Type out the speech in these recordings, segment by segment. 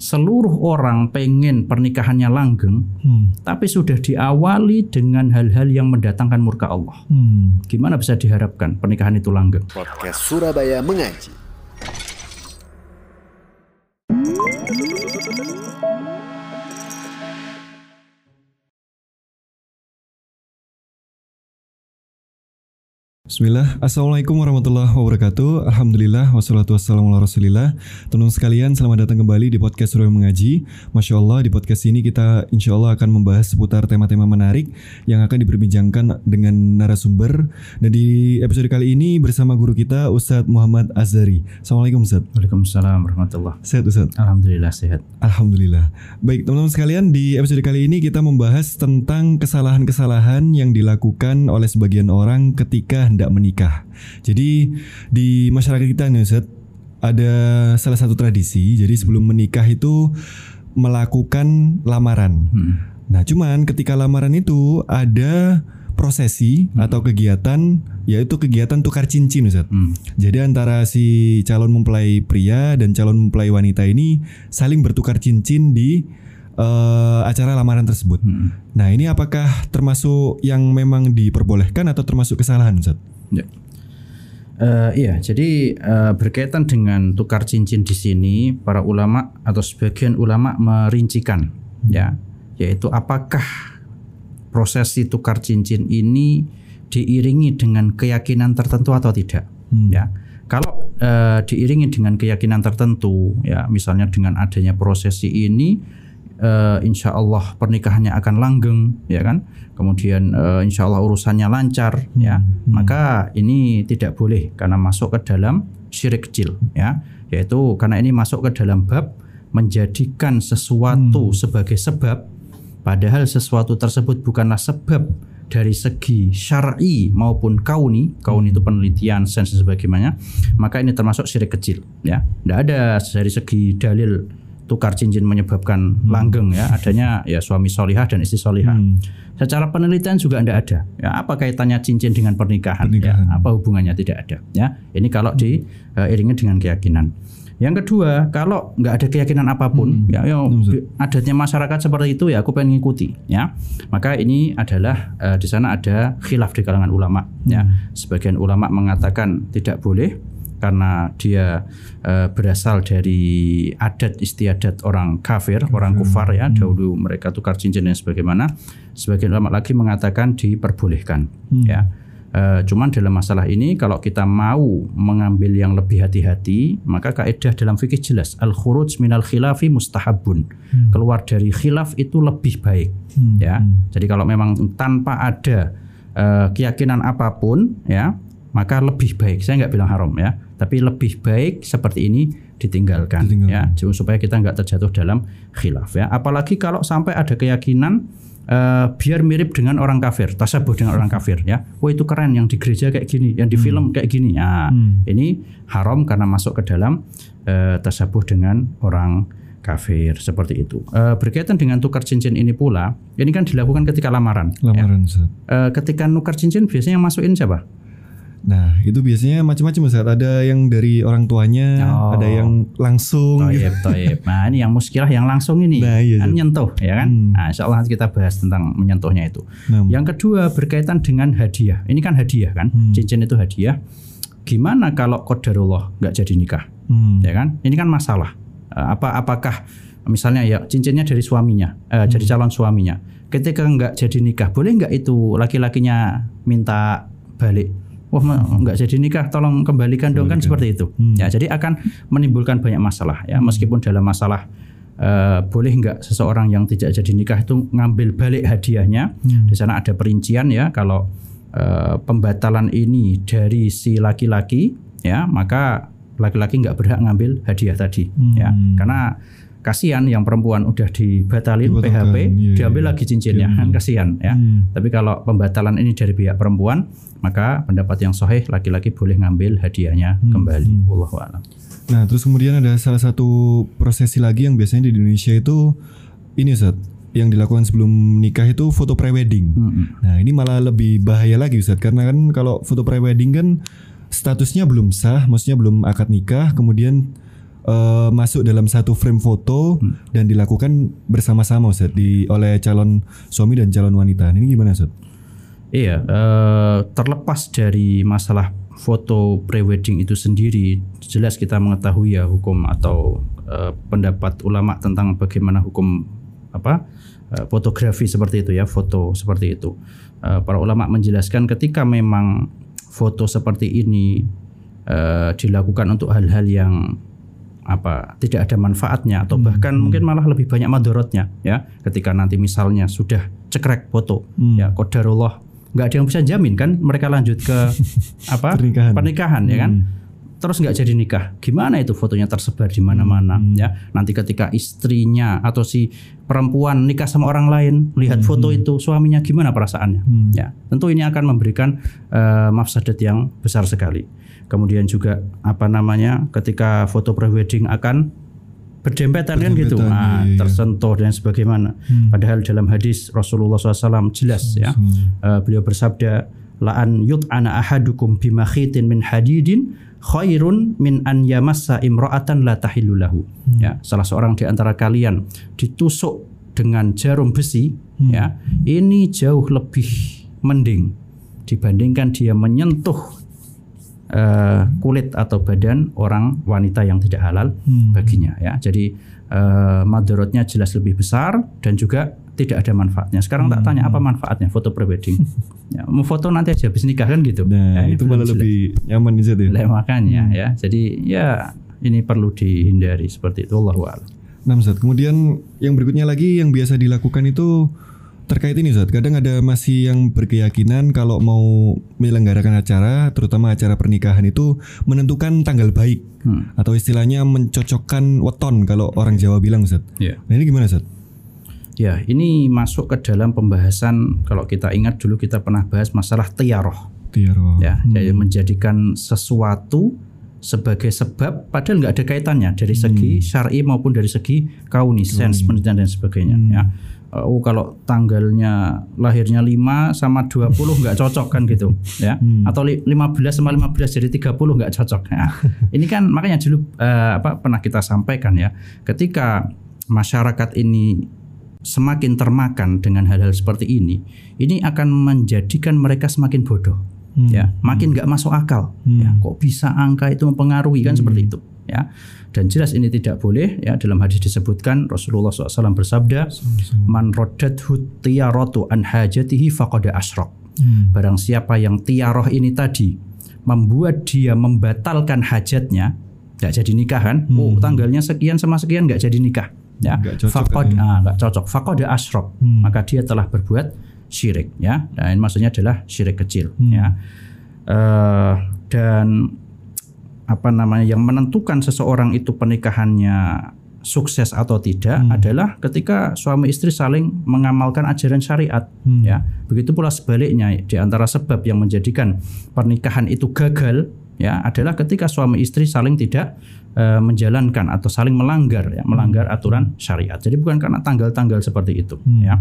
seluruh orang pengen pernikahannya langgeng, tapi sudah diawali dengan hal-hal yang mendatangkan murka Allah. Gimana bisa diharapkan pernikahan itu langgeng? Podcast Surabaya Mengaji. Bismillah, Assalamualaikum warahmatullahi wabarakatuh. Alhamdulillah, wassalatu wassalamu ala rasulillah. Teman-teman sekalian, selamat datang kembali di podcast Surabaya Mengaji. Masya Allah, di podcast ini kita insya Allah akan membahas seputar tema-tema menarik yang akan diperbincangkan dengan narasumber. Dan di episode kali ini bersama guru kita Ustadz Muhammad Azhari. Assalamualaikum Ustadz. Waalaikumsalam warahmatullahi. Sehat Ustadz? Alhamdulillah sehat. Alhamdulillah. Baik teman-teman sekalian, di episode kali ini kita membahas tentang kesalahan-kesalahan yang dilakukan oleh sebagian orang ketika hendak menikah. Jadi di masyarakat kita nih Ustaz, ada salah satu tradisi. Jadi sebelum menikah itu melakukan lamaran. Nah cuman ketika lamaran itu ada prosesi atau kegiatan, yaitu kegiatan tukar cincin Ustaz. Jadi antara si calon mempelai pria dan calon mempelai wanita ini saling bertukar cincin di acara lamaran tersebut. Nah ini apakah termasuk yang memang diperbolehkan atau termasuk kesalahan Ustaz? Ya. Iya, jadi berkaitan dengan tukar cincin di sini para ulama atau sebagian ulama merincikan, ya, yaitu apakah prosesi tukar cincin ini diiringi dengan keyakinan tertentu atau tidak, ya. Kalau diiringi dengan keyakinan tertentu, ya, misalnya dengan adanya prosesi ini, insya Allah pernikahannya akan langgeng, ya kan? Kemudian insya Allah urusannya lancar, ya. Maka ini tidak boleh karena masuk ke dalam syirik kecil, ya. Yaitu karena ini masuk ke dalam bab menjadikan sesuatu sebagai sebab, padahal sesuatu tersebut bukanlah sebab dari segi syar'i maupun kauni itu penelitian sains dan sebagainya. Maka ini termasuk syirik kecil, ya. Tidak ada dari segi dalil tukar cincin menyebabkan langgeng, ya, adanya ya suami solihah dan istri solihah. Secara penelitian juga tidak ada. Ya, apa kaitannya cincin dengan pernikahan? Ya, apa hubungannya? Tidak ada. Ya, ini kalau diiringi dengan keyakinan. Yang kedua, kalau nggak ada keyakinan apapun, ya, adatnya masyarakat seperti itu, ya aku pengen ngikuti, ya. Maka ini adalah di sana ada khilaf di kalangan ulama. Ya, sebagian ulama mengatakan tidak boleh, karena dia berasal dari adat istiadat orang kafir, orang kufar, ya, dahulu mereka tukar cincin dan sebagaimana. Sebagian ulama lagi mengatakan diperbolehkan, ya. Cuman dalam masalah ini kalau kita mau mengambil yang lebih hati-hati, maka kaidah dalam fikih jelas, al-khuruj minal khilafi mustahabun. Keluar dari khilaf itu lebih baik, ya. Jadi kalau memang tanpa ada keyakinan apapun, ya, maka lebih baik. Saya nggak bilang haram, ya, tapi lebih baik seperti ini ditinggalkan. Ya, supaya kita nggak terjatuh dalam khilaf, ya. Apalagi kalau sampai ada keyakinan biar mirip dengan orang kafir, tasabuh dengan orang kafir, ya. Wah itu keren yang di gereja kayak gini, yang di film kayak gini. Ya, ini haram karena masuk ke dalam tasabuh dengan orang kafir seperti itu. Berkaitan dengan tukar cincin ini pula, ini kan dilakukan ketika lamaran. Ya. Ketika nukar cincin biasanya yang masukin siapa? Nah itu biasanya macam-macam Ustaz. Ada yang dari orang tuanya, ada yang langsung. Toyib. Nah ini yang muskilah yang langsung ini, kan nyentuh, ya kan? Nah insya Allah nanti kita bahas tentang menyentuhnya itu. Yang kedua berkaitan dengan hadiah. Ini kan hadiah kan, cincin itu hadiah. Gimana kalau qadarullah nggak jadi nikah, ya kan? Ini kan masalah. Apakah misalnya ya cincinnya dari suaminya, dari calon suaminya. Ketika nggak jadi nikah, boleh nggak itu laki-lakinya minta balik? Wah nggak jadi nikah, tolong kembalikan dong, kan seperti itu. Ya, jadi akan menimbulkan banyak masalah, ya. Meskipun dalam masalah boleh nggak seseorang yang tidak jadi nikah itu ngambil balik hadiahnya, di sana ada perincian, ya. Kalau pembatalan ini dari si laki-laki, ya, maka laki-laki nggak berhak ngambil hadiah tadi, ya. Karena kasihan yang perempuan udah dibatalin PHP, diambil lagi cincinnya, kan kasihan, ya. Tapi kalau pembatalan ini dari pihak perempuan, maka pendapat yang sahih laki-laki boleh ngambil hadiahnya kembali. Wallahu a'lam. Nah, terus kemudian ada salah satu prosesi lagi yang biasanya di Indonesia itu ini Ustaz, yang dilakukan sebelum nikah itu foto prewedding. Nah, ini malah lebih bahaya lagi Ustaz, karena kan kalau foto prewedding kan statusnya belum sah, maksudnya belum akad nikah, kemudian masuk dalam satu frame foto dan dilakukan bersama-sama Ustaz oleh calon suami dan calon wanita. Ini gimana Ustaz? Iya, terlepas dari masalah foto prewedding itu sendiri, jelas kita mengetahui ya hukum atau pendapat ulama tentang bagaimana hukum fotografi seperti itu ya, foto seperti itu. Para ulama menjelaskan ketika memang foto seperti ini dilakukan untuk hal-hal yang tidak ada manfaatnya atau bahkan mungkin malah lebih banyak madorotnya ya, ketika nanti misalnya sudah cekrek foto ya, qadarullah nggak ada yang bisa jamin kan mereka lanjut ke pernikahan ya kan, terus nggak jadi nikah, gimana itu fotonya tersebar di mana-mana ya, nanti ketika istrinya atau si perempuan nikah sama orang lain melihat foto itu suaminya gimana perasaannya ya, tentu ini akan memberikan mafsadat yang besar sekali. Kemudian juga ketika foto prewedding akan berdempetan kan gitu, tersentuh dan sebagaimana. Padahal dalam hadis Rasulullah SAW jelas ya, beliau bersabda, la'an yut'ana ahadukum bimakhitin min hadidin khairun min an yamassa imra'atan la tahillu lahu. Ya, salah seorang di antara kalian ditusuk dengan jarum besi, ya, ini jauh lebih mending dibandingkan dia menyentuh kulit atau badan orang wanita yang tidak halal baginya ya. Jadi madorotnya jelas lebih besar dan juga tidak ada manfaatnya. Sekarang tak tanya apa manfaatnya foto prewedding. Ya, mau foto nanti aja habis nikah kan gitu. Nah, ya, itu malah lebih nyaman di situ. Makanya ya. Jadi ya ini perlu dihindari seperti itu, Allahu a'lam. Nah, Ustaz, kemudian yang berikutnya lagi yang biasa dilakukan itu terkait ini Ustaz, kadang ada masih yang berkeyakinan kalau mau menyelenggarakan acara, terutama acara pernikahan itu menentukan tanggal baik atau istilahnya mencocokkan weton kalau orang Jawa bilang Ustaz. Nah ini gimana Ustaz? Ya, ini masuk ke dalam pembahasan, kalau kita ingat dulu kita pernah bahas masalah tiaroh. Ya, jadi menjadikan sesuatu sebagai sebab padahal nggak ada kaitannya dari segi syar'i maupun dari segi kauni, sains, penelitian dan sebagainya ya. Kalau tanggalnya lahirnya 5 sama 20 nggak cocok kan gitu ya, atau 15 sama 15 jadi 30 nggak cocok ya. Ini kan makanya dulu pernah kita sampaikan ya, ketika masyarakat ini semakin termakan dengan hal-hal seperti ini akan menjadikan mereka semakin bodoh ya, makin nggak masuk akal ya, kok bisa angka itu mempengaruhi kan seperti itu ya. Dan jelas ini tidak boleh ya, dalam hadis disebutkan Rasulullah SAW bersabda, man raddathu tiyaratu an hajatihi faqad asyraq. Barang siapa yang tiaroh ini tadi membuat dia membatalkan hajatnya, nggak jadi nikahan, tanggalnya sekian sama sekian nggak jadi nikah ya, nggak cocok, faqad asyraq, maka dia telah berbuat syirik ya. Dan maksudnya adalah syirik kecil ya. Dan yang menentukan seseorang itu pernikahannya sukses atau tidak adalah ketika suami istri saling mengamalkan ajaran syariat ya. Begitu pula sebaliknya, di antara sebab yang menjadikan pernikahan itu gagal ya adalah ketika suami istri saling tidak menjalankan atau saling melanggar aturan syariat. Jadi bukan karena tanggal-tanggal seperti itu ya.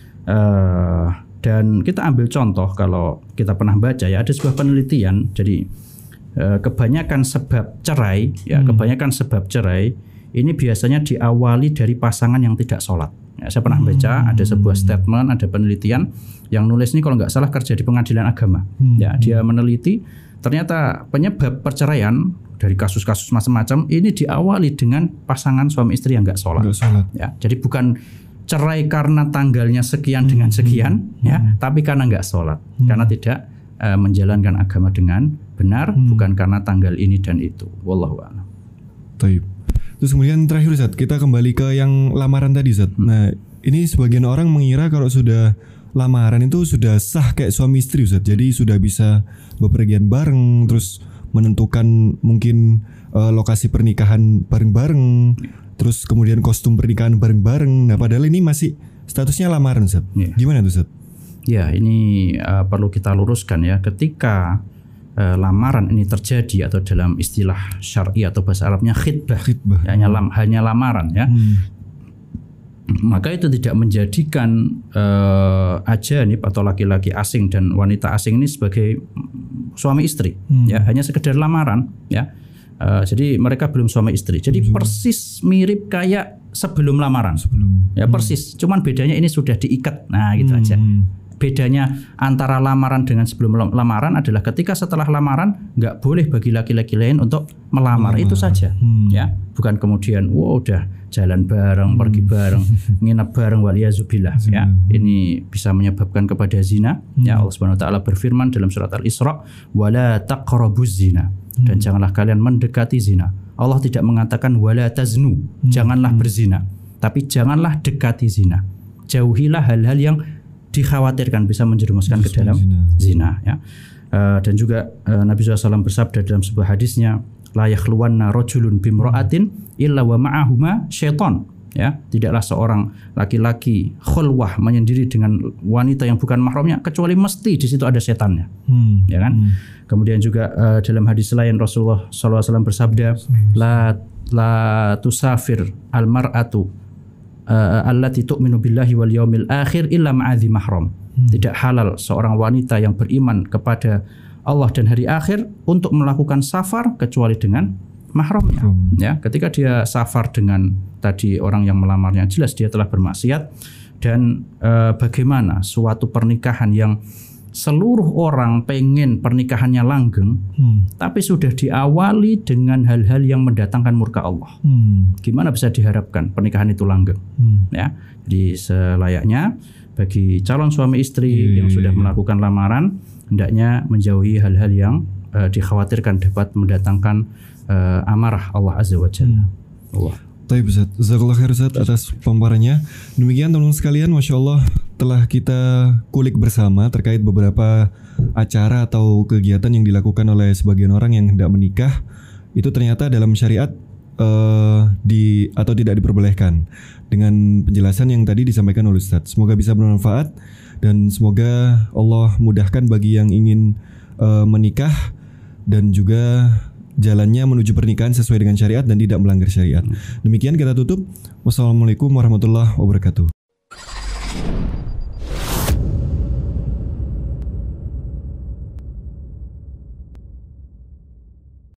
Dan kita ambil contoh, kalau kita pernah baca ya, ada sebuah penelitian. Jadi kebanyakan sebab cerai ya, kebanyakan sebab cerai ini biasanya diawali dari pasangan yang tidak sholat ya. Saya pernah baca ada sebuah statement, ada penelitian yang nulis ini kalau nggak salah kerja di pengadilan agama ya, dia meneliti ternyata penyebab perceraian dari kasus-kasus macam-macam ini diawali dengan pasangan suami istri yang nggak sholat ya. Jadi bukan cerai karena tanggalnya sekian dengan sekian ya, tapi karena nggak sholat, karena tidak menjalankan agama dengan benar, bukan karena tanggal ini dan itu. Wallahu a'lam. Taib. Terus kemudian terakhir Ustaz, kita kembali ke yang lamaran tadi Ustaz. Nah, ini sebagian orang mengira kalau sudah lamaran itu sudah sah kayak suami istri Ustaz. Jadi sudah bisa bepergian bareng, terus menentukan mungkin lokasi pernikahan bareng-bareng, terus kemudian kostum pernikahan bareng-bareng. Nah, padahal ini masih statusnya lamaran Ustaz. Gimana tuh Ustaz? Ya, ini perlu kita luruskan ya. Ketika lamaran ini terjadi atau dalam istilah syar'i atau bahasa Arabnya khitbah. Ya, hanya lamaran ya. Maka itu tidak menjadikan ajanib atau laki-laki asing dan wanita asing ini sebagai suami istri ya, hanya sekedar lamaran ya. Jadi mereka belum suami istri. Jadi persis mirip kayak sebelum lamaran. Ya persis. Cuman bedanya ini sudah diikat. Nah gitu aja. Bedanya antara lamaran dengan sebelum lamaran adalah ketika setelah lamaran nggak boleh bagi laki-laki lain untuk melamar. Itu saja. Ya, bukan kemudian udah jalan bareng, pergi bareng, nginep bareng, waliyazubillah. Ya, ini bisa menyebabkan kepada zina. Ya, Allah Subhanahu Wa Taala berfirman dalam surat Al-Isra, wala taqrabuz zina. Dan janganlah kalian mendekati zina. Allah tidak mengatakan wala taznu, janganlah berzina, tapi janganlah dekati zina. Jauhilah hal-hal yang dikhawatirkan bisa menjerumuskan ke dalam zina. Ya. Dan juga Nabi SAW bersabda dalam sebuah hadisnya, la yakhluwanna rajulun bimra'atin illa wa ma'ahuma syaitan. Ya, tidaklah seorang laki-laki khulwah menyendiri dengan wanita yang bukan mahramnya kecuali mesti di situ ada setannya. Ya kan? Kemudian juga dalam hadis lain Rasulullah SAW bersabda, la tusafir al-mar'atu allati tu'minu billahi wal yaumil akhir illa ma'adhi mahram. Tidak halal seorang wanita yang beriman kepada Allah dan hari akhir untuk melakukan safar kecuali dengan mahramnya. Ya, ketika dia safar dengan tadi orang yang melamarnya, jelas dia telah bermaksiat. Dan bagaimana suatu pernikahan yang seluruh orang pengen pernikahannya langgeng, tapi sudah diawali dengan hal-hal yang mendatangkan murka Allah. Gimana bisa diharapkan pernikahan itu langgeng? Ya, jadi selayaknya bagi calon suami istri yang sudah melakukan lamaran hendaknya menjauhi hal-hal yang dikhawatirkan dapat mendatangkan amarah Allah Azza wa Jalla. Allah. Baik Ustaz, jazakallahu khair Ustaz atas pemaparannya. Demikian teman-teman sekalian, Masya Allah telah kita kulik bersama terkait beberapa acara atau kegiatan yang dilakukan oleh sebagian orang yang hendak menikah. Itu ternyata dalam syariat atau tidak diperbolehkan, dengan penjelasan yang tadi disampaikan oleh Ustaz. Semoga bisa bermanfaat dan semoga Allah mudahkan bagi yang ingin menikah dan juga jalannya menuju pernikahan sesuai dengan syariat dan tidak melanggar syariat. Demikian kita tutup. Wassalamualaikum warahmatullahi wabarakatuh.